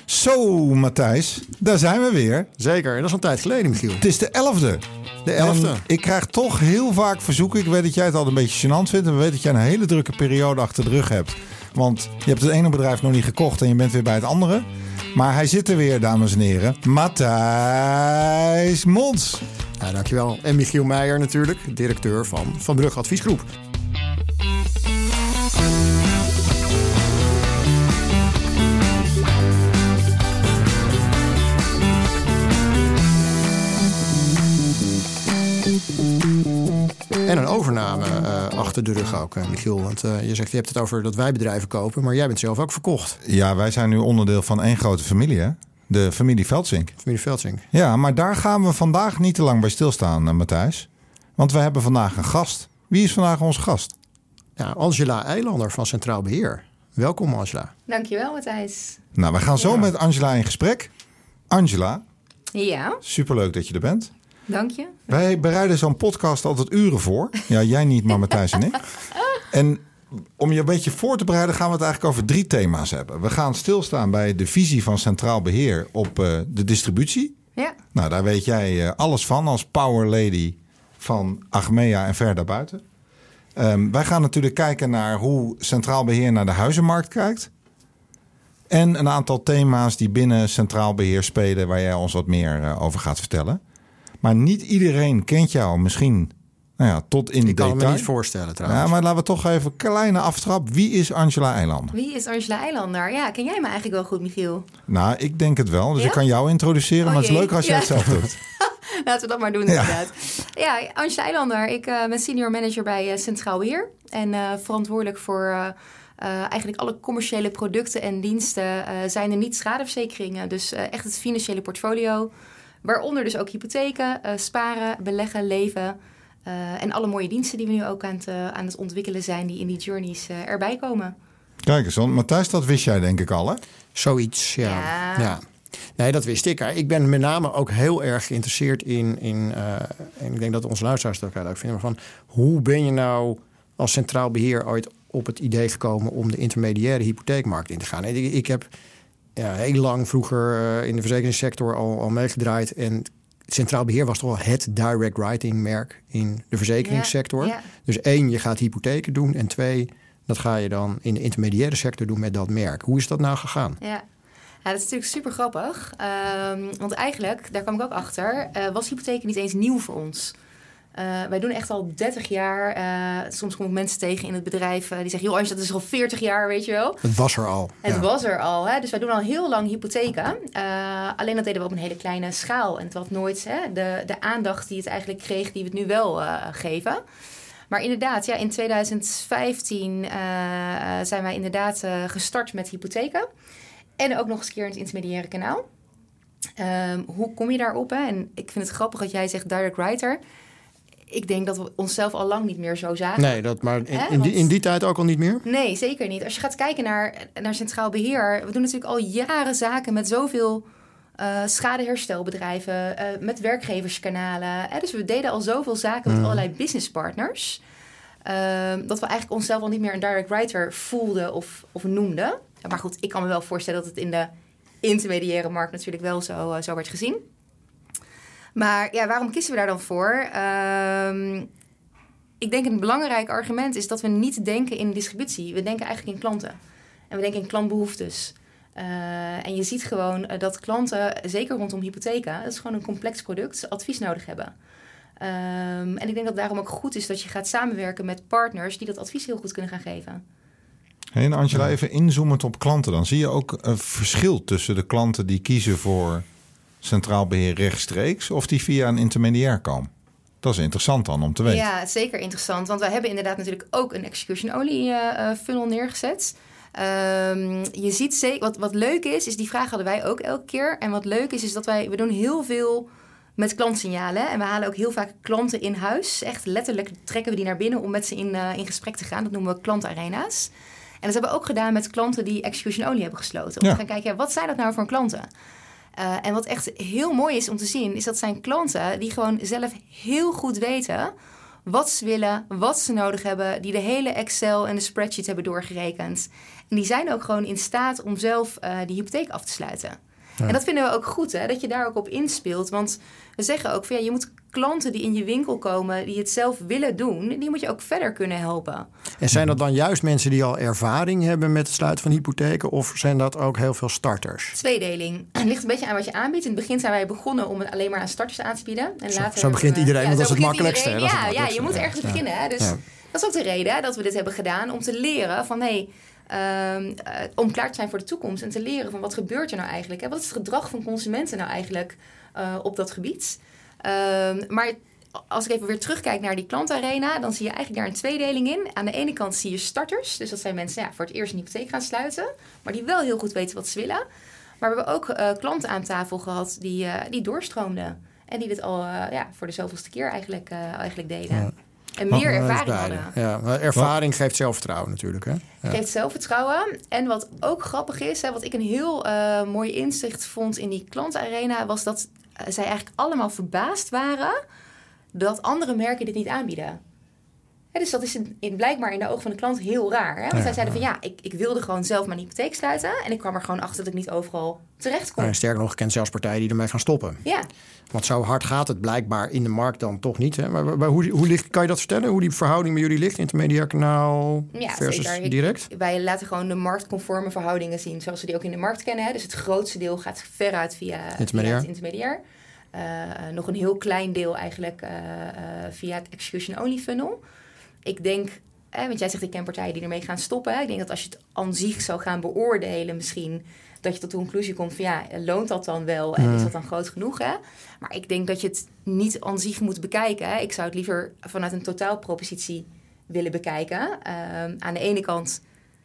Zo, Matthijs, daar zijn we weer. Zeker, en dat is een tijd geleden, Michiel. Het is de 11e. De 11e. En ik krijg toch heel vaak verzoeken. Ik weet dat jij het al een beetje gênant vindt. En we weten dat jij een hele drukke periode achter de rug hebt. Want je hebt het ene bedrijf nog niet gekocht en je bent weer bij het andere. Maar hij zit er weer, dames en heren. Matthijs Mons. Ja, dankjewel. En Michiel Meijer natuurlijk, directeur van Van Brugge Adviesgroep. En een overname achter de rug ook, Michiel. Want je zegt, je hebt het over dat wij bedrijven kopen, maar jij bent zelf ook verkocht. Ja, wij zijn nu onderdeel van één grote familie, hè? De familie Veldsink. Familie Veldsink. Ja, maar daar gaan we vandaag niet te lang bij stilstaan, Matthijs. Want we hebben vandaag een gast. Wie is vandaag onze gast? Ja, Angela Eilander van Centraal Beheer. Welkom, Angela. Dankjewel, Matthijs. Nou, we gaan zo met Angela in gesprek. Angela, Ja, superleuk dat je er bent. dank je. Wij bereiden zo'n podcast altijd uren voor. Ja, jij niet, maar Matthijs en ik. En om je een beetje voor te bereiden gaan we het eigenlijk over 3 thema's hebben. We gaan stilstaan bij de visie van Centraal Beheer op de distributie. Ja, Nou, daar weet jij alles van als power lady van Achmea en ver daarbuiten. Wij gaan natuurlijk kijken naar hoe Centraal Beheer naar de huizenmarkt kijkt. En een aantal thema's die binnen Centraal Beheer spelen waar jij ons wat meer over gaat vertellen. Maar niet iedereen kent jou misschien tot in Ik kan detail. me niet voorstellen trouwens. Ja, maar laten we toch even een kleine aftrap. Wie is Angela Eilander? wie is Angela Eilander? Ja, ken jij me eigenlijk wel goed, Michiel? Nou, ik denk het wel. Dus Ja? ik kan jou introduceren, maar het is jee. leuk als jij Ja. het zelf doet. Laten we dat maar doen, inderdaad. Ja, Angela Eilander. Ik ben senior manager bij Centraal Beheer. En verantwoordelijk voor eigenlijk alle commerciële producten en diensten zijn er niet schadeverzekeringen. Dus echt het financiële portfolio. Waaronder dus ook hypotheken, sparen, beleggen, leven. En alle mooie diensten die we nu ook aan het ontwikkelen zijn, die in die journeys erbij komen. Kijk eens, want Matthijs, dat wist jij denk ik al, hè? Zoiets, ja. Ja. Nee, dat wist ik. Ik ben met name ook heel erg geïnteresseerd in en ik denk dat onze luisteraars het ook leuk vinden, maar van hoe ben je nou als Centraal Beheer ooit op het idee gekomen om de intermediaire hypotheekmarkt in te gaan? Ik heb heel lang vroeger in de verzekeringssector al meegedraaid en Centraal Beheer was toch wel het direct writing merk in de verzekeringssector. Ja. Dus 1, je gaat hypotheken doen en 2, dat ga je dan in de intermediaire sector doen met dat merk. Hoe is dat nou gegaan? Ja. Ja, dat is natuurlijk super grappig. Want eigenlijk, daar kwam ik ook achter, was hypotheek niet eens nieuw voor ons. Wij doen echt al 30 jaar. Soms kom ik mensen tegen in het bedrijf die zeggen, joh, Angela, dat is al 40 jaar, weet je wel. Het was er al. Het was er al, hè? Dus wij doen al heel lang hypotheken. Alleen dat deden we op een hele kleine schaal. En het had nooit de aandacht die het eigenlijk kreeg, die we het nu wel geven. Maar inderdaad, ja, in 2015 zijn wij inderdaad gestart met hypotheken. En ook nog eens een keer in het intermediaire kanaal. Hoe kom je daarop? Hè? En ik vind het grappig dat jij zegt direct writer. Ik denk dat we onszelf al lang niet meer zo zagen. Nee, maar in die tijd ook al niet meer? Nee, zeker niet. Als je gaat kijken naar Centraal Beheer. We doen natuurlijk al jaren zaken met zoveel schadeherstelbedrijven. Met werkgeverskanalen. Dus we deden al zoveel zaken met allerlei businesspartners. Dat we eigenlijk onszelf al niet meer een direct writer voelden of noemden. Maar goed, ik kan me wel voorstellen dat het in de intermediaire markt natuurlijk wel zo wordt gezien. Maar ja, waarom kiezen we daar dan voor? Ik denk een belangrijk argument is dat we niet denken in distributie. We denken eigenlijk in klanten. En we denken in klantbehoeftes. En je ziet gewoon dat klanten, zeker rondom hypotheken, dat is gewoon een complex product, advies nodig hebben. En ik denk dat daarom ook goed is dat je gaat samenwerken met partners die dat advies heel goed kunnen gaan geven. Hey, en Angela, even inzoomend op klanten. Dan zie je ook een verschil tussen de klanten die kiezen voor Centraal Beheer rechtstreeks of die via een intermediair komen. Dat is interessant dan om te weten. Ja, zeker interessant. Want wij hebben inderdaad natuurlijk ook een execution-only funnel neergezet. Je ziet zeker, wat leuk is die vraag hadden wij ook elke keer. En wat leuk is dat we doen heel veel met klantsignalen. En we halen ook heel vaak klanten in huis. Echt letterlijk trekken we die naar binnen om met ze in gesprek te gaan. Dat noemen we klantarena's. En dat hebben we ook gedaan met klanten die execution-only hebben gesloten. Om te gaan kijken, wat zijn dat nou voor klanten? En wat echt heel mooi is om te zien, is dat zijn klanten die gewoon zelf heel goed weten wat ze willen, wat ze nodig hebben, die de hele Excel en de spreadsheet hebben doorgerekend. En die zijn ook gewoon in staat om zelf die hypotheek af te sluiten. Ja. En dat vinden we ook goed, hè, dat je daar ook op inspeelt. Want we zeggen ook van je moet klanten die in je winkel komen, die het zelf willen doen, die moet je ook verder kunnen helpen. En zijn dat dan juist mensen die al ervaring hebben met het sluiten van hypotheken, of zijn dat ook heel veel starters? Tweedeling. Het ligt een beetje aan wat je aanbiedt. In het begin zijn wij begonnen om het alleen maar aan starters aan te bieden. En later zo begint iedereen, want dat is het makkelijkste. Ja, je moet ergens beginnen. Hè? Dus dat is ook de reden hè, dat we dit hebben gedaan, om te leren van om klaar te zijn voor de toekomst en te leren van wat gebeurt er nou eigenlijk? Hè? Wat is het gedrag van consumenten nou eigenlijk op dat gebied? Maar als ik even weer terugkijk naar die klantarena, dan zie je eigenlijk daar een tweedeling in. Aan de ene kant zie je starters. Dus dat zijn mensen voor het eerst een hypotheek gaan sluiten, maar die wel heel goed weten wat ze willen. Maar we hebben ook klanten aan tafel gehad die doorstroomden. En die dit al voor de zoveelste keer eigenlijk deden. Ja. En meer ervaring hadden. Ja, maar ervaring geeft zelfvertrouwen natuurlijk. Hè? Ja. Geeft zelfvertrouwen. En wat ook grappig is, wat ik een heel mooi inzicht vond in die klantarena, was dat zij eigenlijk allemaal verbaasd waren dat andere merken dit niet aanbieden. Ja, dus dat is blijkbaar in de ogen van de klant heel raar. Hè? Want zij zeiden van ik wilde gewoon zelf mijn hypotheek sluiten. En ik kwam er gewoon achter dat ik niet overal terecht kon. Sterker nog, ik ken zelfs partijen die ermee gaan stoppen. Ja. Want zo hard gaat het blijkbaar in de markt dan toch niet. Hè? Maar hoe ligt, kan je dat vertellen? Hoe die verhouding bij jullie ligt? Intermediair kanaal versus zeker. Direct? Wij laten gewoon de marktconforme verhoudingen zien. Zoals we die ook in de markt kennen. Hè? Dus het grootste deel gaat veruit via het intermediair. Nog een heel klein deel eigenlijk via het execution-only funnel. Ik denk, want jij zegt ik ken partijen die ermee gaan stoppen. Hè? Ik denk dat als je het aan zich zou gaan beoordelen misschien, dat je tot de conclusie komt van loont dat dan wel en is dat dan groot genoeg? Hè? Maar ik denk dat je het niet aan zich moet bekijken. Hè? Ik zou het liever vanuit een totaalpropositie willen bekijken. Aan de ene kant,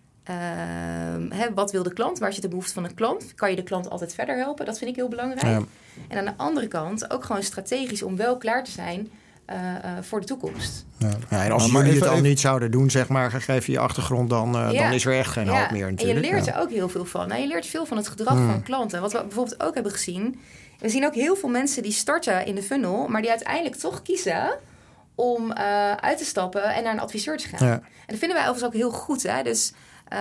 wat wil de klant? Waar zit de behoefte van een klant? Kan je de klant altijd verder helpen? Dat vind ik heel belangrijk. Ja. En aan de andere kant ook gewoon strategisch om wel klaar te zijn voor de toekomst. Ja, en als jullie het al niet zouden doen, zeg maar, gegeven je achtergrond, dan is er echt geen hoop meer natuurlijk. En je leert er ook heel veel van. Nou, je leert veel van het gedrag van klanten. Wat we bijvoorbeeld ook hebben gezien, we zien ook heel veel mensen die starten in de funnel, maar die uiteindelijk toch kiezen om uit te stappen en naar een adviseur te gaan. Ja. En dat vinden wij overigens ook heel goed. Hè? Dus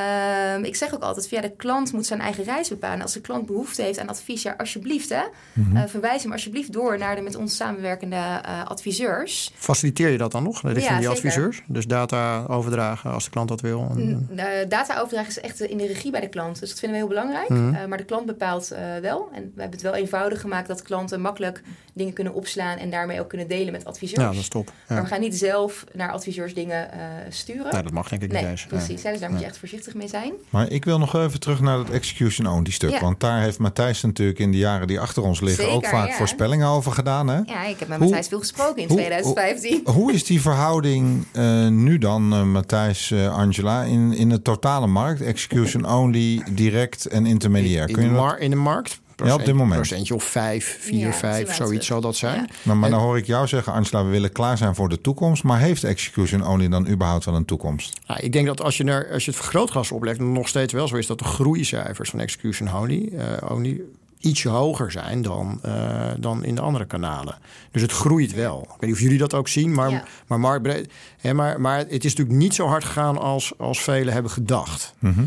ik zeg ook altijd, de klant moet zijn eigen reis bepalen. Als de klant behoefte heeft aan advies, alsjeblieft, verwijs hem alsjeblieft door naar de met ons samenwerkende adviseurs. Faciliteer je dat dan nog richting die adviseurs? Dus data overdragen als de klant dat wil? Data overdragen is echt in de regie bij de klant. Dus dat vinden we heel belangrijk. Maar de klant bepaalt wel. En we hebben het wel eenvoudig gemaakt dat klanten makkelijk dingen kunnen opslaan en daarmee ook kunnen delen met adviseurs. Ja, dat is top. Ja. Maar we gaan niet zelf naar adviseurs dingen sturen. Nee, dat mag denk ik niet eens. Precies. Dus daar moet je echt voorzichtig mee zijn. Maar ik wil nog even terug naar dat execution-only stuk. Ja. Want daar heeft Matthijs natuurlijk in de jaren die achter ons liggen ook vaak voorspellingen over gedaan. Hè? Ja, ik heb met Matthijs veel gesproken in 2015. Hoe is die verhouding nu dan, Matthijs, Angela, in de totale markt? Execution-only, direct en intermediair. In de markt? Op dit moment. Procentje of 4, 5, zoiets zal dat zijn. Ja. Maar dan hoor ik jou zeggen, Angela, we willen klaar zijn voor de toekomst. Maar heeft execution only dan überhaupt wel een toekomst? Nou, ik denk dat als je het vergrootglas oplegt, nog steeds wel zo is dat de groeicijfers van execution only ietsje hoger zijn dan in de andere kanalen. Dus het groeit wel. Ik weet niet of jullie dat ook zien, maar marktbreed. Maar het is natuurlijk niet zo hard gegaan als velen hebben gedacht. Mm-hmm.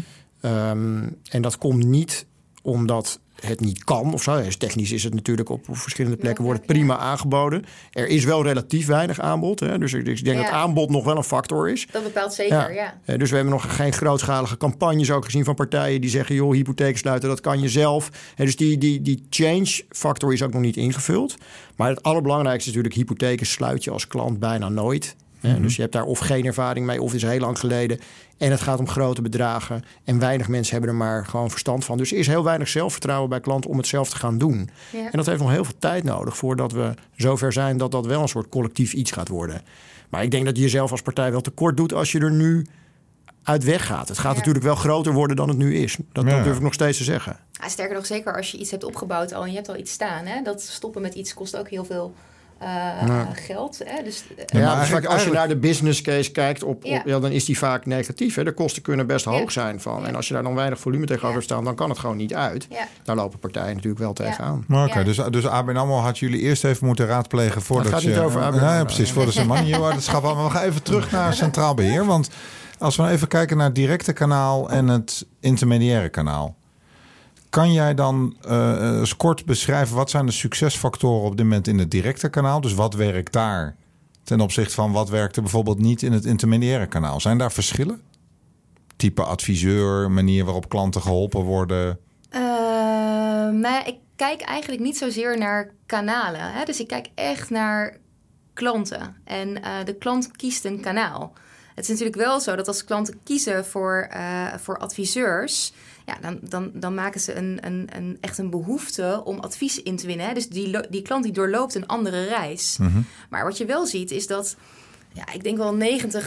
En dat komt niet omdat het niet kan of zo. Technisch is het natuurlijk op verschillende plekken wordt het prima aangeboden. Er is wel relatief weinig aanbod. Hè? Dus ik denk dat aanbod nog wel een factor is. Dat bepaalt zeker, ja. Dus we hebben nog geen grootschalige campagnes ook gezien van partijen die zeggen, joh, hypotheek sluiten, dat kan je zelf. Dus die change factor is ook nog niet ingevuld. Maar het allerbelangrijkste is natuurlijk, hypotheken sluit je als klant bijna nooit. Mm-hmm. Dus je hebt daar of geen ervaring mee of het is heel lang geleden. En het gaat om grote bedragen. En weinig mensen hebben er maar gewoon verstand van. Dus er is heel weinig zelfvertrouwen bij klanten om het zelf te gaan doen. Ja. En dat heeft nog heel veel tijd nodig voordat we zover zijn dat dat wel een soort collectief iets gaat worden. Maar ik denk dat je jezelf als partij wel tekort doet als je er nu uit weggaat. Het gaat natuurlijk wel groter worden dan het nu is. Dat durf ik nog steeds te zeggen. Ja, sterker nog, zeker als je iets hebt opgebouwd al en je hebt al iets staan. Hè? Dat stoppen met iets kost ook heel veel geld. Hè? Dus, dus vaak als je naar de business case kijkt, dan is die vaak negatief. Hè? De kosten kunnen best hoog zijn. En als je daar dan weinig volume tegenover staat, dan kan het gewoon niet uit. Ja. Daar lopen partijen natuurlijk wel tegenaan. Oké, dus ABN AMRO had jullie eerst even moeten raadplegen voordat je... Het gaat niet over ABN AMRO. Precies, voordat ze money-orders maar we gaan even terug naar Centraal Beheer. Want als we even kijken naar het directe kanaal en het intermediaire kanaal. Kan jij dan kort beschrijven wat zijn de succesfactoren op dit moment in het directe kanaal? Dus wat werkt daar ten opzichte van wat werkt er bijvoorbeeld niet in het intermediaire kanaal? Zijn daar verschillen? Type adviseur, manier waarop klanten geholpen worden? Ik kijk eigenlijk niet zozeer naar kanalen. Hè? Dus ik kijk echt naar klanten. En de klant kiest een kanaal. Het is natuurlijk wel zo dat als klanten kiezen voor adviseurs, dan maken ze echt een behoefte om advies in te winnen. Hè? Dus die klant die doorloopt een andere reis. Mm-hmm. Maar wat je wel ziet is dat, ik denk wel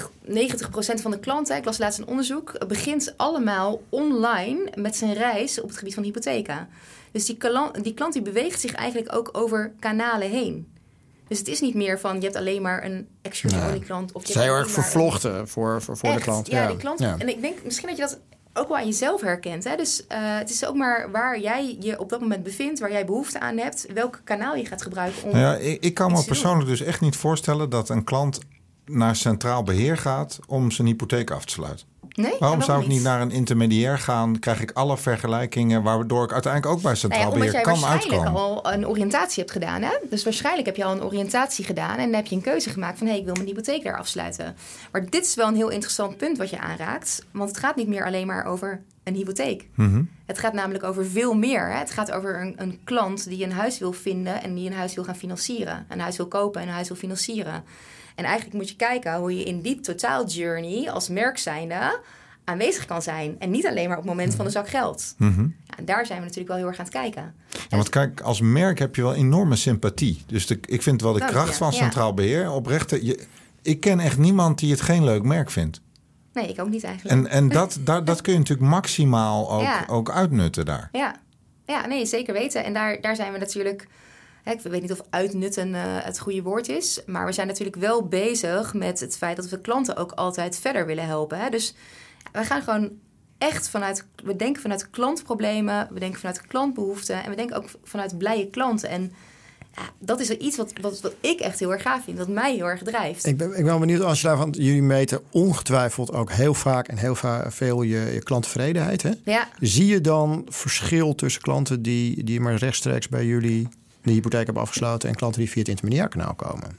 90% van de klanten, ik las laatst een onderzoek, begint allemaal online met zijn reis op het gebied van hypotheken. Dus die klant die beweegt zich eigenlijk ook over kanalen heen. Dus het is niet meer van, je hebt alleen maar een exclusieve klant. Of je zijn heel erg vervlochten voor de klant. Ja, die klant. Ja. En ik denk misschien dat je dat ook wel aan jezelf herkent. Hè? Dus het is ook maar waar jij je op dat moment bevindt, waar jij behoefte aan hebt, welk kanaal je gaat gebruiken om. Ik kan me persoonlijk dus echt niet voorstellen dat een klant naar Centraal Beheer gaat om zijn hypotheek af te sluiten. Nee, waarom zou ik niet naar een intermediair gaan? Krijg ik alle vergelijkingen waardoor ik uiteindelijk ook bij Centraal Beheer kan uitkomen. Omdat jij waarschijnlijk al een oriëntatie hebt gedaan. Hè? Dus waarschijnlijk heb je al een oriëntatie gedaan en dan heb je een keuze gemaakt van ik wil mijn hypotheek daar afsluiten. Maar dit is wel een heel interessant punt wat je aanraakt. Want het gaat niet meer alleen maar over een hypotheek. Mm-hmm. Het gaat namelijk over veel meer. Hè? Het gaat over een klant die een huis wil vinden en die een huis wil gaan financieren. Een huis wil kopen en een huis wil financieren. En eigenlijk moet je kijken hoe je in die totaaljourney als merk zijnde aanwezig kan zijn. En niet alleen maar op het moment van de zak geld. Mm-hmm. En daar zijn we natuurlijk wel heel erg aan het kijken. Ja, want kijk, als merk heb je wel enorme sympathie. Dus ik vind wel de kracht van Centraal Beheer. Oprechte, ik ken echt niemand die het geen leuk merk vindt. Nee, ik ook niet eigenlijk. En dat kun je natuurlijk maximaal ook uitnutten daar. Ja, nee, zeker weten. En daar zijn we natuurlijk. Ik weet niet of uitnutten het goede woord is. Maar we zijn natuurlijk wel bezig met het feit dat we klanten ook altijd verder willen helpen. Hè? Dus we gaan gewoon echt we denken vanuit klantproblemen. We denken vanuit klantbehoeften. En we denken ook vanuit blije klanten. En dat is iets wat ik echt heel erg gaaf vind. Wat mij heel erg drijft. Ik ben wel benieuwd, Angela, want jullie meten ongetwijfeld ook heel vaak en heel veel je klanttevredenheid. Hè? Ja. Zie je dan verschil tussen klanten die maar rechtstreeks bij jullie de hypotheek hebben afgesloten en klanten die via het intermediair kanaal komen?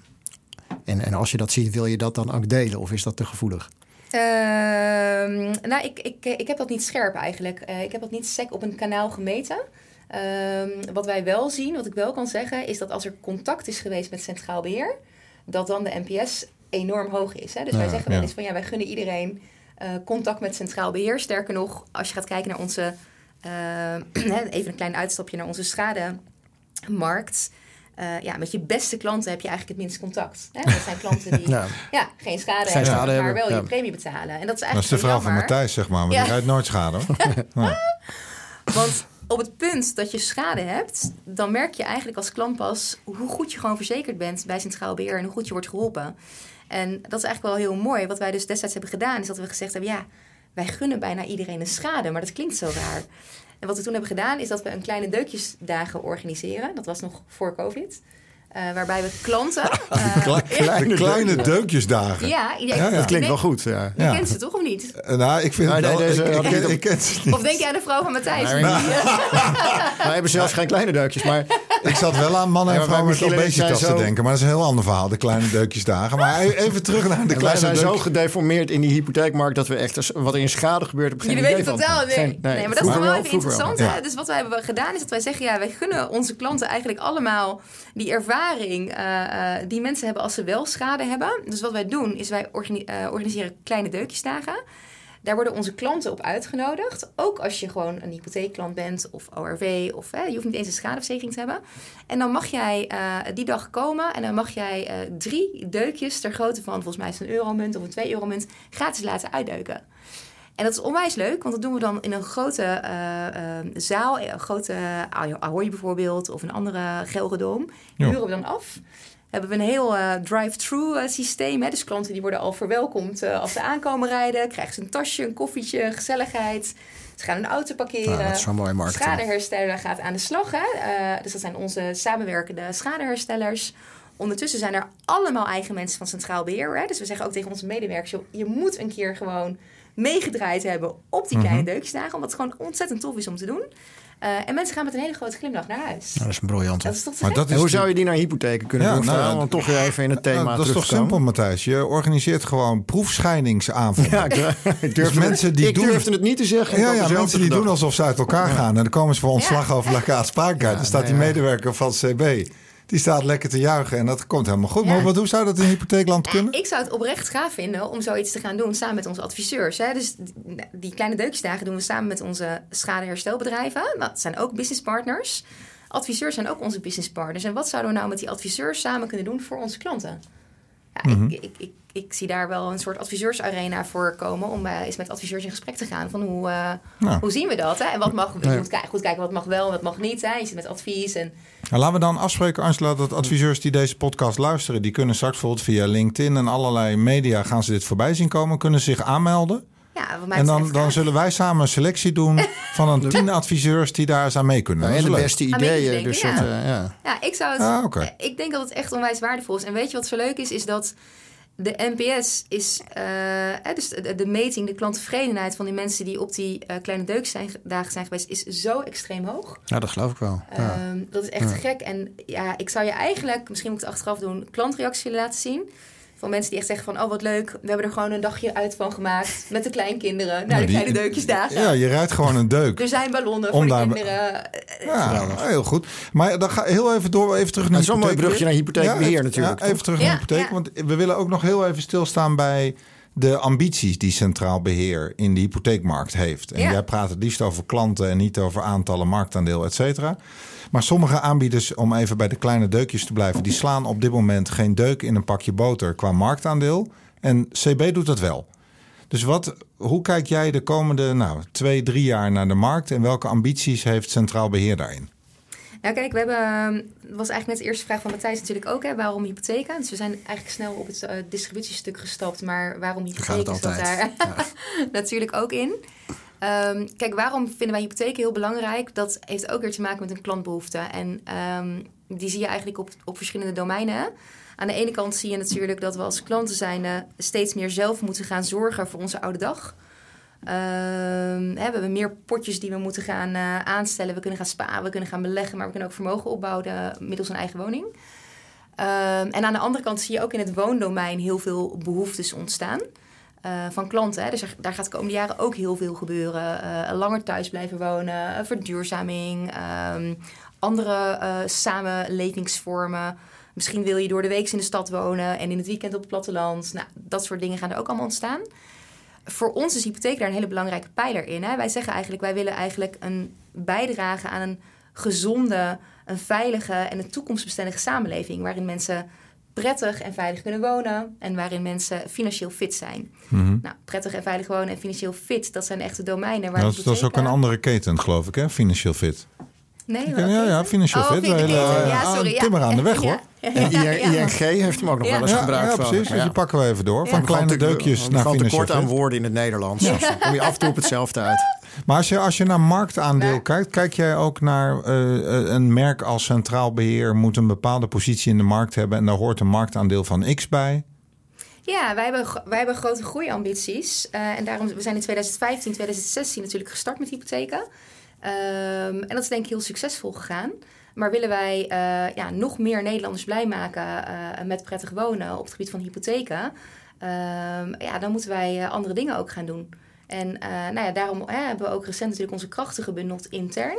En als je dat ziet, wil je dat dan ook delen of is dat te gevoelig? Ik heb dat niet scherp eigenlijk. Ik heb dat niet sec op een kanaal gemeten. Wat wij wel zien, wat ik wel kan zeggen, is dat als er contact is geweest met Centraal Beheer, dat dan de NPS enorm hoog is. Hè? Dus wij zeggen wel eens van wij gunnen iedereen contact met Centraal Beheer. Sterker nog, als je gaat kijken naar onze, even een klein uitstapje naar onze schademarkt. Met je beste klanten heb je eigenlijk het minst contact. Hè? Dat zijn klanten die geen schade hebben, maar wel je premie betalen. En dat is eigenlijk de vrouw van Matthijs, zeg maar die rijdt nooit schade, hoor. Want op het punt dat je schade hebt, dan merk je eigenlijk als klant pas hoe goed je gewoon verzekerd bent bij Centraal Beheer en hoe goed je wordt geholpen. En dat is eigenlijk wel heel mooi. Wat wij dus destijds hebben gedaan, is dat we gezegd hebben, wij gunnen bijna iedereen een schade, maar dat klinkt zo raar. En wat we toen hebben gedaan, is dat we een kleine deukjesdagen organiseren. Dat was nog voor COVID. Waarbij we klanten... kleine deukjesdagen. Ja, dat klinkt wel goed. Ja. Je kent ze toch of niet? Ik vind het wel... Ik ken ze niet. Of denk je aan de vrouw van Matthijs? Wij hebben zelfs geen kleine deukjes, maar... Ik zat wel aan mannen en vrouwen met obesitas te denken. Maar dat is een heel ander verhaal, de kleine deukjesdagen. Maar even terug naar de kleine Wij zijn zo gedeformeerd in die hypotheekmarkt dat we echt wat er in schade gebeurt op geen idee van. Jullie weten totaal nee, maar dat is wel even interessant. Ja. Dus wat wij hebben gedaan is dat wij zeggen, wij gunnen onze klanten eigenlijk allemaal die ervaring die mensen hebben als ze wel schade hebben. Dus wat wij doen is wij organiseren kleine deukjesdagen. Daar worden onze klanten op uitgenodigd. Ook als je gewoon een hypotheekklant bent of ORV. Of je hoeft niet eens een schadeverzekering te hebben. En dan mag jij die dag komen. En dan mag jij 3 deukjes ter grootte van volgens mij is het een euromunt of een 2-euromunt gratis laten uitdeuken. En dat is onwijs leuk, want dat doen we dan in een grote zaal. Een grote Ahoy bijvoorbeeld of een andere Gelredome. Die huren we dan af. hebben we een heel drive-thru systeem. Hè? Dus klanten die worden al verwelkomd als ze aankomen rijden. Krijgen ze een tasje, een koffietje, gezelligheid. Ze gaan een auto parkeren. Dat is zo'n mooie marketing. Schadehersteller gaat aan de slag. Hè? Dus dat zijn onze samenwerkende schadeherstellers. Ondertussen zijn er allemaal eigen mensen van Centraal Beheer. Hè? Dus we zeggen ook tegen onze medewerkers... Joh, je moet een keer gewoon meegedraaid hebben op die kleine deukjesdagen. Omdat het gewoon ontzettend tof is om te doen. En mensen gaan met een hele grote glimlach naar huis. Nou, dat is een briljant. Dat is toch te Maar gek? dat is En hoe zou je die naar hypotheken kunnen doen? Want toch weer even in het thema dat is toch simpel, Matthijs? Je organiseert gewoon proefscheidingsavonden. Ja, ik durfde het niet te zeggen. Ja, mensen die doen alsof ze uit elkaar gaan. En dan komen ze voor ontslag over La Spaankaart. Dan staat die medewerker van CB... Die staat lekker te juichen en dat komt helemaal goed. Ja. Maar hoe zou dat in hypotheekland kunnen? Ik zou het oprecht gaaf vinden om zoiets te gaan doen samen met onze adviseurs. Hè? Dus die kleine deukjesdagen doen we samen met onze schadeherstelbedrijven. Dat zijn ook businesspartners. Adviseurs zijn ook onze businesspartners. En wat zouden we nou met die adviseurs samen kunnen doen voor onze klanten? Ja, ik zie daar wel een soort adviseursarena voor komen... om eens met adviseurs in gesprek te gaan. Van hoe zien we dat? Hè? En wat mag... Je moet goed kijken wat mag wel en wat mag niet. Hè? Je zit met advies en... Nou, laten we dan afspreken, Angela, dat adviseurs die deze podcast luisteren... die kunnen straks bijvoorbeeld via LinkedIn en allerlei media... gaan ze dit voorbij zien komen, kunnen zich aanmelden. Ja, wat mij en betreft, dan zullen wij samen een selectie doen van een 10 adviseurs... die daar eens aan mee kunnen. En de beste ideeën. Dus ja, ik zou het... Ik denk dat het echt onwijs waardevol is. En weet je wat zo leuk is? Is dat... De NPS is dus de meting, de klanttevredenheid van die mensen die op die kleine deukjesdagen zijn geweest, is zo extreem hoog. Ja, dat geloof ik wel. Dat is echt gek. En ja, ik zou je eigenlijk, misschien moet ik het achteraf doen, klantreacties willen laten zien. Van mensen die echt zeggen van, oh wat leuk, we hebben er gewoon een dagje uit van gemaakt met de kleinkinderen naar de kleine deukjesdagen. Ja, je rijdt gewoon een deuk. Er zijn ballonnen voor de kinderen. Ja, heel goed. Maar dan ga heel even door, even terug naar zo'n mooi brugje naar hypotheekbeheer natuurlijk. Ja, even terug naar hypotheek, want we willen ook nog heel even stilstaan bij de ambities die Centraal Beheer in de hypotheekmarkt heeft. En jij praat het liefst over klanten en niet over aantallen, marktaandeel, et cetera. Maar sommige aanbieders, om even bij de kleine deukjes te blijven... die slaan op dit moment geen deuk in een pakje boter qua marktaandeel. En CB doet dat wel. Dus hoe kijk jij de komende 2-3 jaar naar de markt... en welke ambities heeft Centraal Beheer daarin? Nou kijk, we hebben... Dat was eigenlijk net de eerste vraag van Matthijs natuurlijk ook. Hè, waarom hypotheken? Dus we zijn eigenlijk snel op het distributiestuk gestapt. Maar waarom hypotheken zat daar natuurlijk ook in. Kijk, waarom vinden wij hypotheken heel belangrijk? Dat heeft ook weer te maken met een klantbehoefte. En die zie je eigenlijk op verschillende domeinen. Aan de ene kant zie je natuurlijk dat we als klanten zijnde steeds meer zelf moeten gaan zorgen voor onze oude dag. We hebben meer potjes die we moeten gaan aanstellen. We kunnen gaan sparen, we kunnen gaan beleggen, maar we kunnen ook vermogen opbouwen middels een eigen woning. En aan de andere kant zie je ook in het woondomein heel veel behoeftes ontstaan. Van klanten. Hè. Dus daar gaat de komende jaren ook heel veel gebeuren. Langer thuis blijven wonen, verduurzaming, andere samenlevingsvormen. Misschien wil je door de week in de stad wonen en in het weekend op het platteland. Nou, dat soort dingen gaan er ook allemaal ontstaan. Voor ons is hypotheek daar een hele belangrijke pijler in. Hè. Wij zeggen eigenlijk, wij willen eigenlijk een bijdrage aan een gezonde, een veilige en een toekomstbestendige samenleving. Waarin mensen prettig en veilig kunnen wonen en waarin mensen financieel fit zijn. Mm-hmm. Nou, prettig en veilig wonen en financieel fit, dat zijn echt de domeinen waar dat is ook een andere keten, geloof ik, hè? Financieel fit. Nee, ja, financieel fit. Timmer aan de weg, hoor. En ING heeft hem ook nog wel eens gebruikt. Ja, precies. Dus die pakken we even door. Van kleine deukjes naar financieel tekort aan woorden in het Nederlands. Dus dan kom je af en toe op hetzelfde uit. Maar als je naar marktaandeel kijkt, kijk jij ook naar een merk als Centraal Beheer moet een bepaalde positie in de markt hebben en daar hoort een marktaandeel van X bij? Ja, wij hebben grote groeiambities. En daarom, we zijn in 2015, 2016 natuurlijk gestart met hypotheken. En dat is denk ik heel succesvol gegaan. Maar willen wij nog meer Nederlanders blij maken met prettig wonen op het gebied van hypotheken, dan moeten wij andere dingen ook gaan doen. En daarom hebben we ook recent natuurlijk onze krachten gebundeld intern.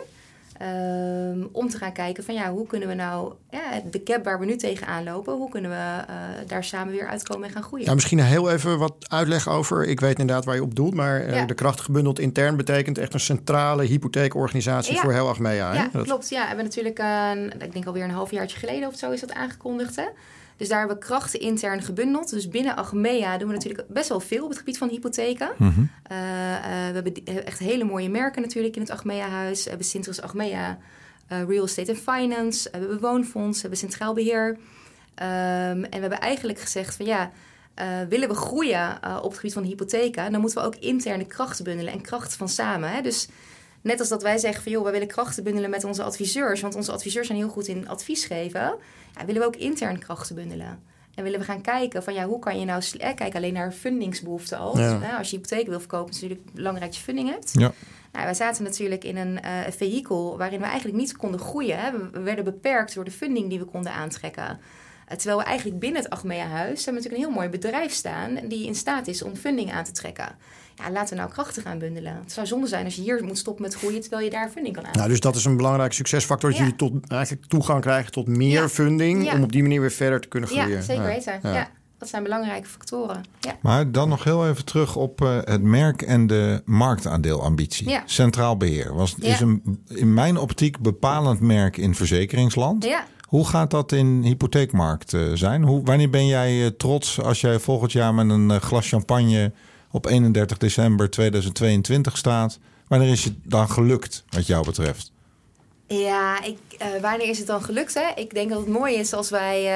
Om te gaan kijken van hoe kunnen we nou de gap waar we nu tegenaan lopen, hoe kunnen we daar samen weer uitkomen en gaan groeien. Ja, misschien heel even wat uitleg over. Ik weet inderdaad waar je op doelt, maar de krachten gebundeld intern betekent echt een centrale hypotheekorganisatie voor heel Achmea. Ja, klopt. Ja, we hebben natuurlijk, ik denk alweer een halfjaartjaartje geleden of zo is dat aangekondigd. Hè? Dus daar hebben we krachten intern gebundeld. Dus binnen Achmea doen we natuurlijk best wel veel op het gebied van hypotheken. Mm-hmm. We hebben echt hele mooie merken natuurlijk in het Achmea-huis. We hebben Sintrus Achmea, Real Estate and Finance. We hebben Woonfonds, we hebben Centraal Beheer. En we hebben eigenlijk gezegd van willen we groeien op het gebied van de hypotheken, dan moeten we ook interne krachten bundelen en krachten van samen. Hè? Dus net als dat wij zeggen van wij willen krachten bundelen met onze adviseurs, want onze adviseurs zijn heel goed in advies geven, willen we ook intern krachten bundelen. En willen we gaan kijken van hoe kan je nou kijken alleen naar fundingsbehoeften al. Ja. Dus, als je hypotheek wil verkopen, is het natuurlijk belangrijk dat je funding hebt. Ja. Nou, wij zaten natuurlijk in een vehikel waarin we eigenlijk niet konden groeien. Hè. We werden beperkt door de funding die we konden aantrekken. Terwijl we eigenlijk binnen het Achmea-huis hebben natuurlijk een heel mooi bedrijf staan die in staat is om funding aan te trekken. Ja, laten we nou krachten gaan bundelen. Het zou zonde zijn als je hier moet stoppen met groeien terwijl je daar funding kan aantrekken. Nou, dus dat is een belangrijke succesfactor, dat jullie eigenlijk toegang krijgen tot meer funding om op die manier weer verder te kunnen groeien. Ja, zeker weten. Ja. Dat zijn belangrijke factoren. Ja. Maar dan nog heel even terug op het merk en de marktaandeelambitie. Ja. Centraal Beheer is in mijn optiek bepalend merk in verzekeringsland. Ja. Hoe gaat dat in hypotheekmarkt zijn? Wanneer ben jij trots als jij volgend jaar met een glas champagne op 31 december 2022 staat? Wanneer is het dan gelukt wat jou betreft? Ja, wanneer is het dan gelukt? Hè? Ik denk dat het mooi is als wij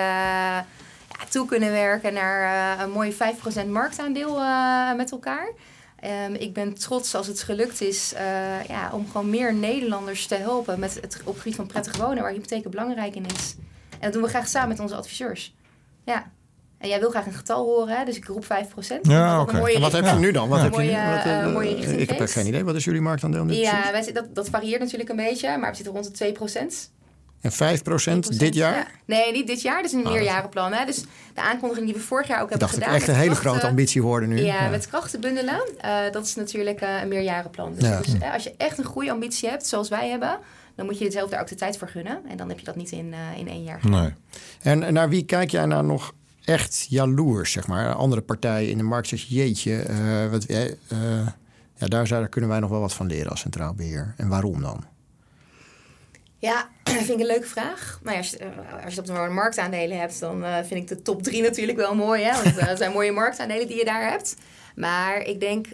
toe kunnen werken naar een mooi 5% marktaandeel met elkaar. Ik ben trots als het gelukt is om gewoon meer Nederlanders te helpen met op het gebied van prettig wonen, waar hypotheken belangrijk in is. En dat doen we graag samen met onze adviseurs. Ja. En jij wil graag een getal horen, hè? Dus ik roep 5%. Ja, oké. En wat heb je nu dan? Mooie richting ik heb geen idee. Wat is jullie marktaandeel? Ja, dat varieert natuurlijk een beetje, maar we zitten rond de 2%. En 5% dit jaar? Ja. Nee, niet dit jaar. Dat is een meerjarenplan. Hè? Dus de aankondiging die we vorig jaar ook hebben gedaan. Ik dacht dat ik echt een hele grote ambitie hoorde nu. Ja, met krachten bundelen. Dat is natuurlijk een meerjarenplan. Dus, als je echt een goede ambitie hebt, zoals wij hebben, dan moet je zelf daar ook de tijd voor gunnen. En dan heb je dat niet in 1 jaar gedaan. Nee. En naar wie kijk jij nou nog echt jaloers, zeg maar? Andere partijen in de markt zeggen, jeetje, daar kunnen wij nog wel wat van leren als centraal beheer. En waarom dan? Ja, dat vind ik een leuke vraag. Maar als je het op de marktaandelen hebt, dan vind ik de top 3 natuurlijk wel mooi. Hè? Want het zijn mooie marktaandelen die je daar hebt. Maar ik denk...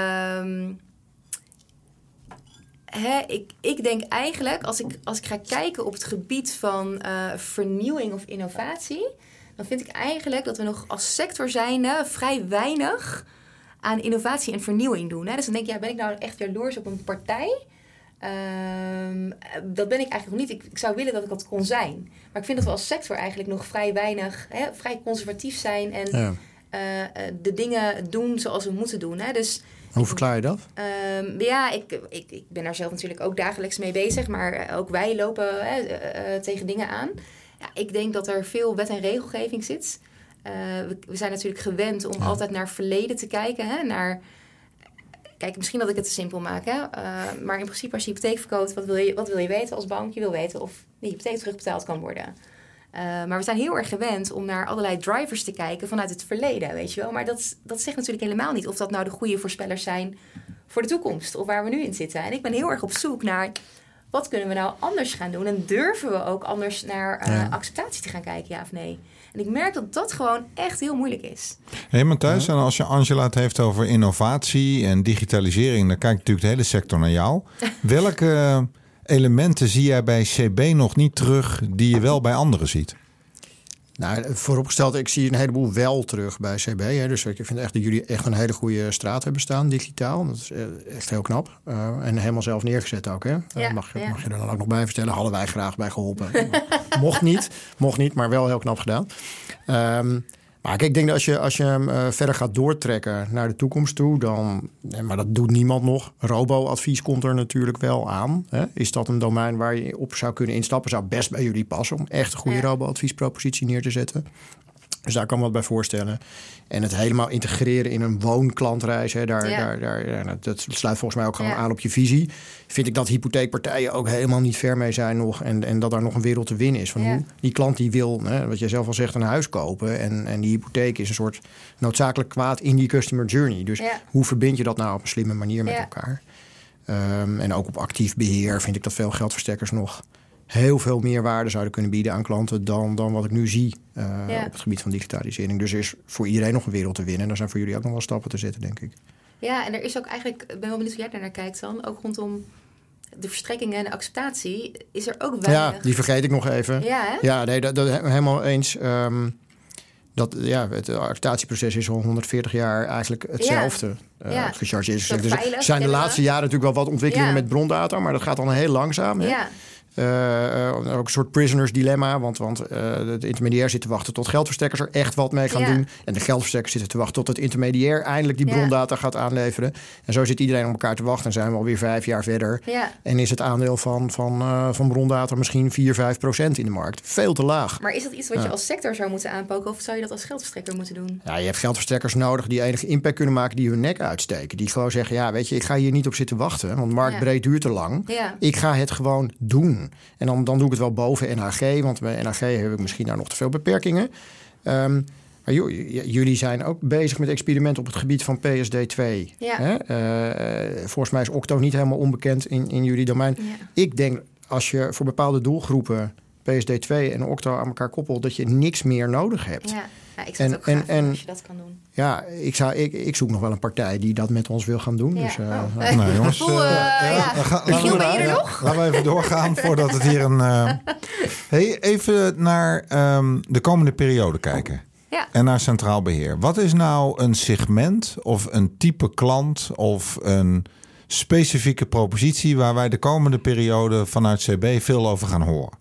ik denk eigenlijk, als ik ga kijken op het gebied van vernieuwing of innovatie, dan vind ik eigenlijk dat we nog als sector zijnde vrij weinig aan innovatie en vernieuwing doen. Hè? Dus dan denk ik, ben ik nou echt jaloers op een partij? Dat ben ik eigenlijk nog niet. Ik zou willen dat ik dat kon zijn. Maar ik vind dat we als sector eigenlijk nog vrij weinig, vrij conservatief zijn en de dingen doen zoals we moeten doen. Hè? Dus hoe verklaar je dat? Ik ben daar zelf natuurlijk ook dagelijks mee bezig. Maar ook wij lopen tegen dingen aan. Ja, ik denk dat er veel wet en regelgeving zit. We zijn natuurlijk gewend om altijd naar verleden te kijken. Hè? Kijk, misschien dat ik het te simpel maak. Hè? Maar in principe als je hypotheek verkoopt, wat wil je weten als bank? Je wil weten of de hypotheek terugbetaald kan worden. Maar we zijn heel erg gewend om naar allerlei drivers te kijken vanuit het verleden, weet je wel. Maar dat zegt natuurlijk helemaal niet of dat nou de goede voorspellers zijn voor de toekomst of waar we nu in zitten. En ik ben heel erg op zoek naar wat kunnen we nou anders gaan doen en durven we ook anders naar acceptatie te gaan kijken, ja of nee. En ik merk dat dat gewoon echt heel moeilijk is. Hé, Matthijs, en als je Angela het heeft over innovatie en digitalisering, dan kijkt natuurlijk de hele sector naar jou. Welke elementen zie jij bij CB nog niet terug die je wel bij anderen ziet? Nou, vooropgesteld, ik zie een heleboel wel terug bij CB. Hè. Dus ik vind echt dat jullie echt een hele goede straat hebben staan, digitaal. Dat is echt heel knap. En helemaal zelf neergezet ook. Hè. Mag je er dan ook nog bij vertellen? Hadden wij graag bij geholpen. Mocht niet, maar wel heel knap gedaan. Maar ik denk dat als je hem verder gaat doortrekken naar de toekomst toe, dan, maar dat doet niemand nog. Robo-advies komt er natuurlijk wel aan. Hè? Is dat een domein waar je op zou kunnen instappen? Zou best bij jullie passen om echt een goede robo-adviespropositie neer te zetten. Dus daar kan ik me wat bij voorstellen. En het helemaal integreren in een woonklantreis, hè, dat sluit volgens mij ook gewoon aan op je visie. Vind ik dat hypotheekpartijen ook helemaal niet ver mee zijn nog. En dat daar nog een wereld te winnen is. Van hoe die klant die wil, hè, wat jij zelf al zegt, een huis kopen. En die hypotheek is een soort noodzakelijk kwaad in die customer journey. Dus hoe verbind je dat nou op een slimme manier met elkaar? En ook op actief beheer vind ik dat veel geldverstrekkers nog heel veel meer waarde zouden kunnen bieden aan klanten dan wat ik nu zie op het gebied van digitalisering. Dus er is voor iedereen nog een wereld te winnen. En daar zijn voor jullie ook nog wel stappen te zetten, denk ik. Ja, en er is ook eigenlijk, ik ben wel benieuwd hoe jij daar naar kijkt dan, ook rondom de verstrekkingen en de acceptatie is er ook weinig. Ja, die vergeet ik nog even. Ja, hè? Ja, nee, dat helemaal eens. Het acceptatieproces is al 140 jaar eigenlijk hetzelfde. Gechargeerd is. Dus er zijn de laatste jaren natuurlijk wel wat ontwikkelingen met brondata, maar dat gaat dan heel langzaam. Hè? Ja. Ook een soort prisoners dilemma. Want de intermediair zit te wachten tot geldverstrekkers er echt wat mee gaan doen. En de geldverstrekkers zitten te wachten tot het intermediair eindelijk die brondata gaat aanleveren. En zo zit iedereen op elkaar te wachten. En zijn we alweer 5 jaar verder. Ja. En is het aandeel van brondata misschien 4-5% in de markt. Veel te laag. Maar is dat iets wat je als sector zou moeten aanpakken? Of zou je dat als geldverstrekker moeten doen? Ja, je hebt geldverstrekkers nodig die enige impact kunnen maken, die hun nek uitsteken. Die gewoon zeggen, ja, weet je, ik ga hier niet op zitten wachten. Want marktbreed duurt te lang. Ja. Ik ga het gewoon doen. En dan doe ik het wel boven NHG, want bij NHG heb ik misschien daar nog te veel beperkingen. Maar jullie zijn ook bezig met experimenten op het gebied van PSD2. Ja. Volgens mij is Octo niet helemaal onbekend in jullie domein. Ja. Ik denk, als je voor bepaalde doelgroepen PSD2 en Octo aan elkaar koppelt, dat je niks meer nodig hebt. Ja. Ja, ik zou het ook graag vinden als je dat kan doen. Ja, ik zoek nog wel een partij die dat met ons wil gaan doen. Ja. Dus, nou jongens, Michiel, ben je er nog? Laten we even doorgaan voordat het hier een... even naar de komende periode kijken. Ja. En naar Centraal Beheer. Wat is nou een segment of een type klant of een specifieke propositie waar wij de komende periode vanuit CB veel over gaan horen?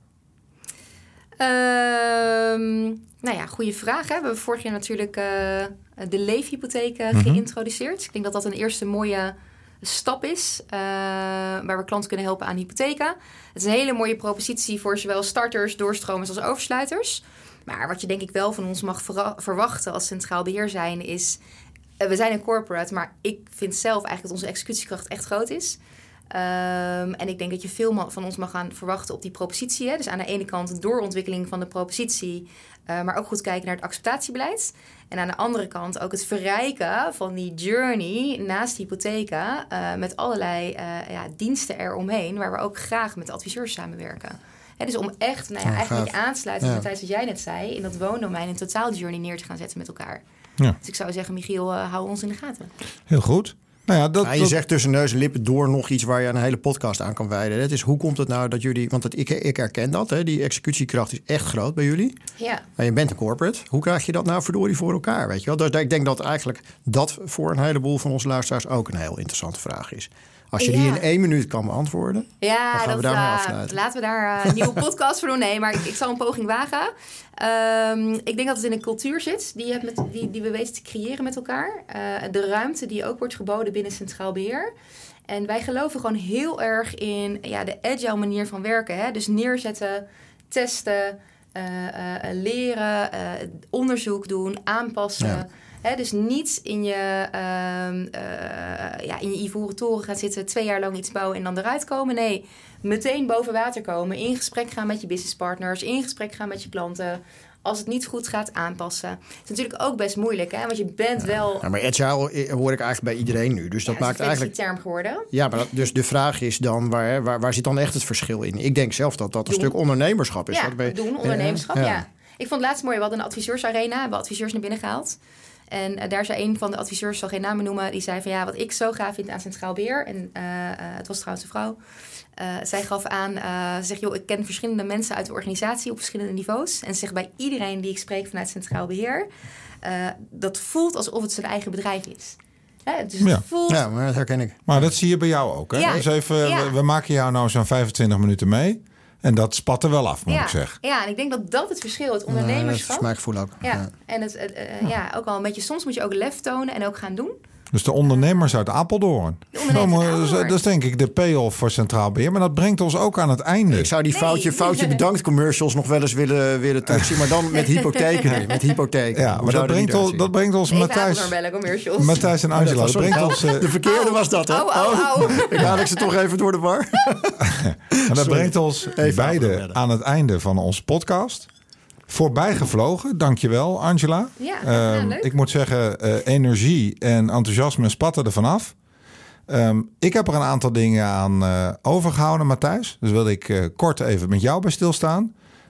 Nou ja, goede vraag. Hè? We hebben vorig jaar natuurlijk de leefhypotheek geïntroduceerd. Ik denk dat dat een eerste mooie stap is waar we klanten kunnen helpen aan hypotheken. Het is een hele mooie propositie voor zowel starters, doorstromers als oversluiters. Maar wat je denk ik wel van ons mag verwachten als centraal beheer zijn is... we zijn een corporate, maar ik vind zelf eigenlijk dat onze executiekracht echt groot is. En ik denk dat je veel van ons mag gaan verwachten op die propositie. Hè? Dus aan de ene kant de doorontwikkeling van de propositie, maar ook goed kijken naar het acceptatiebeleid. En aan de andere kant ook het verrijken van die journey naast hypotheken met allerlei diensten eromheen, waar we ook graag met de adviseurs samenwerken. Hè, dus om echt eigenlijk aansluiten met wat jij net zei, in dat woondomein een totaaljourney neer te gaan zetten met elkaar. Ja. Dus ik zou zeggen, Michiel, hou ons in de gaten. Heel goed. Nou ja, je zegt tussen neus en lippen door nog iets waar je een hele podcast aan kan wijden. Het is, hoe komt het nou dat jullie... Want ik herken dat, hè, die executiekracht is echt groot bij jullie. Ja. Maar je bent een corporate. Hoe krijg je dat nou verdorie voor elkaar? Weet je wel? Dus ik denk dat eigenlijk dat voor een heleboel van onze luisteraars ook een heel interessante vraag is. Als je die in 1 minuut kan beantwoorden, dan gaan we daarmee afsluiten. Laten we daar een nieuwe podcast voor doen. Nee, maar ik zal een poging wagen. Ik denk dat het in een cultuur zit die we weten te creëren met elkaar. De ruimte die ook wordt geboden binnen Centraal Beheer. En wij geloven gewoon heel erg in de agile manier van werken. Hè? Dus neerzetten, testen, leren, onderzoek doen, aanpassen. Ja. He, dus niet in je ivoren toren gaan zitten, 2 jaar lang iets bouwen en dan eruit komen. Nee, meteen boven water komen, in gesprek gaan met je businesspartners, in gesprek gaan met je klanten. Als het niet goed gaat, aanpassen. Het is natuurlijk ook best moeilijk, hè? Want je bent wel... Ja, maar agile hoor ik eigenlijk bij iedereen nu. Dus dat maakt eigenlijk... term geworden. Ja, maar dus de vraag is dan, waar zit dan echt het verschil in? Ik denk zelf dat een stuk ondernemerschap is. Ja, ondernemerschap, ja. Ik vond het laatst mooi, we hadden een adviseursarena, hebben adviseurs naar binnen gehaald. En daar zei een van de adviseurs, zal geen namen noemen, die zei van wat ik zo gaaf vind aan Centraal Beheer. En het was trouwens een vrouw. Zij gaf aan, ze zegt, ik ken verschillende mensen uit de organisatie op verschillende niveaus. En ze zegt, bij iedereen die ik spreek vanuit Centraal Beheer, dat voelt alsof het zijn eigen bedrijf is. Dus het voelt... Ja, maar dat herken ik. Maar dat zie je bij jou ook, hè? Ja. Dus even, we maken jou nou zo'n 25 minuten mee. En dat spat er wel af, moet ik zeggen. Ja, en ik denk dat het verschil, het ondernemerschap... dat is mijn gevoel ook. Ja. En ook wel een beetje, soms moet je ook lef tonen en ook gaan doen. Dus de ondernemers uit Apeldoorn. Dat is denk ik de payoff voor Centraal Beheer. Maar dat brengt ons ook aan het einde. Ik zou die foutje bedankt commercials nog wel eens willen terugzien. Maar dan met hypotheken. Met hypotheken. Ja, maar dat brengt ons Matthijs en Angela. De verkeerde was dat, hè? Ik haal ik ze toch even door de war. En dat brengt ons beide aan het einde van onze podcast. Voorbij gevlogen, dankjewel Angela. Ja, leuk. Ik moet zeggen, energie en enthousiasme spatten er vanaf. Ik heb er een aantal dingen aan overgehouden, Matthijs. Dus wil ik kort even met jou bij stilstaan.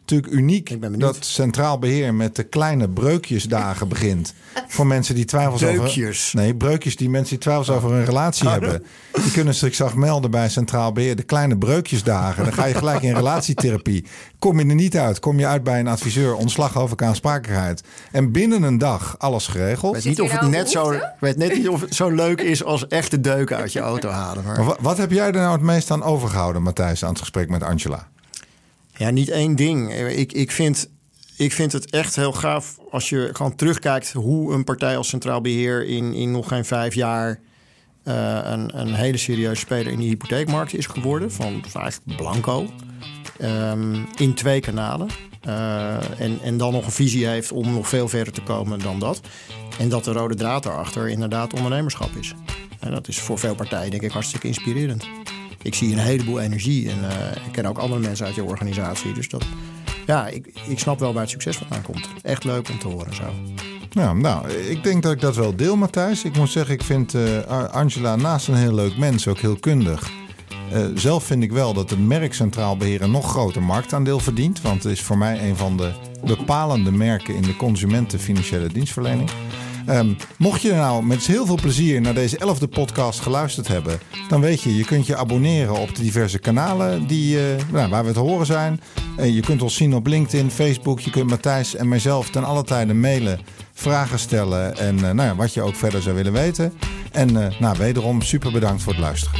Natuurlijk uniek Ik ben benieuwd. dat Centraal Beheer met de kleine breukjesdagen begint. Voor mensen die twijfels Breukjes. breukjes die mensen die twijfels over hun relatie hebben. Die kunnen zich melden bij Centraal Beheer. De kleine breukjesdagen. Dan ga je gelijk in relatietherapie. Kom je er niet uit. Kom je uit bij een adviseur. Ontslag over aansprakelijkheid. En binnen een dag alles geregeld. Ik weet net niet of het zo leuk is als echte deuken uit je auto halen. Maar Wat heb jij er nou het meest aan overgehouden, Matthijs, aan het gesprek met Angela? ja, niet één ding. Ik vind het echt heel gaaf als je gewoon terugkijkt hoe een partij als Centraal Beheer in nog geen 5 jaar een hele serieuze speler in die hypotheekmarkt is geworden. Van eigenlijk blanco. In 2 kanalen. En dan nog een visie heeft om nog veel verder te komen dan dat. En dat de rode draad daarachter inderdaad ondernemerschap is. En dat is voor veel partijen denk ik hartstikke inspirerend. Ik zie een heleboel energie en ik ken ook andere mensen uit je organisatie. Dus dat, ja, ik snap wel waar het succes vandaan komt. Echt leuk om te horen zo. Ja, nou, ik denk dat ik dat wel deel, Matthijs. Ik moet zeggen, ik vind Angela naast een heel leuk mens ook heel kundig. Zelf vind ik wel dat het merk Centraal Beheer een nog groter marktaandeel verdient. Want het is voor mij een van de bepalende merken in de consumentenfinanciële dienstverlening. Mocht je nou met heel veel plezier naar deze 11e podcast geluisterd hebben, dan weet je, je kunt je abonneren op de diverse kanalen waar we te horen zijn. Je kunt ons zien op LinkedIn, Facebook. Je kunt Matthijs en mijzelf ten alle tijde mailen, vragen stellen en wat je ook verder zou willen weten. En wederom super bedankt voor het luisteren.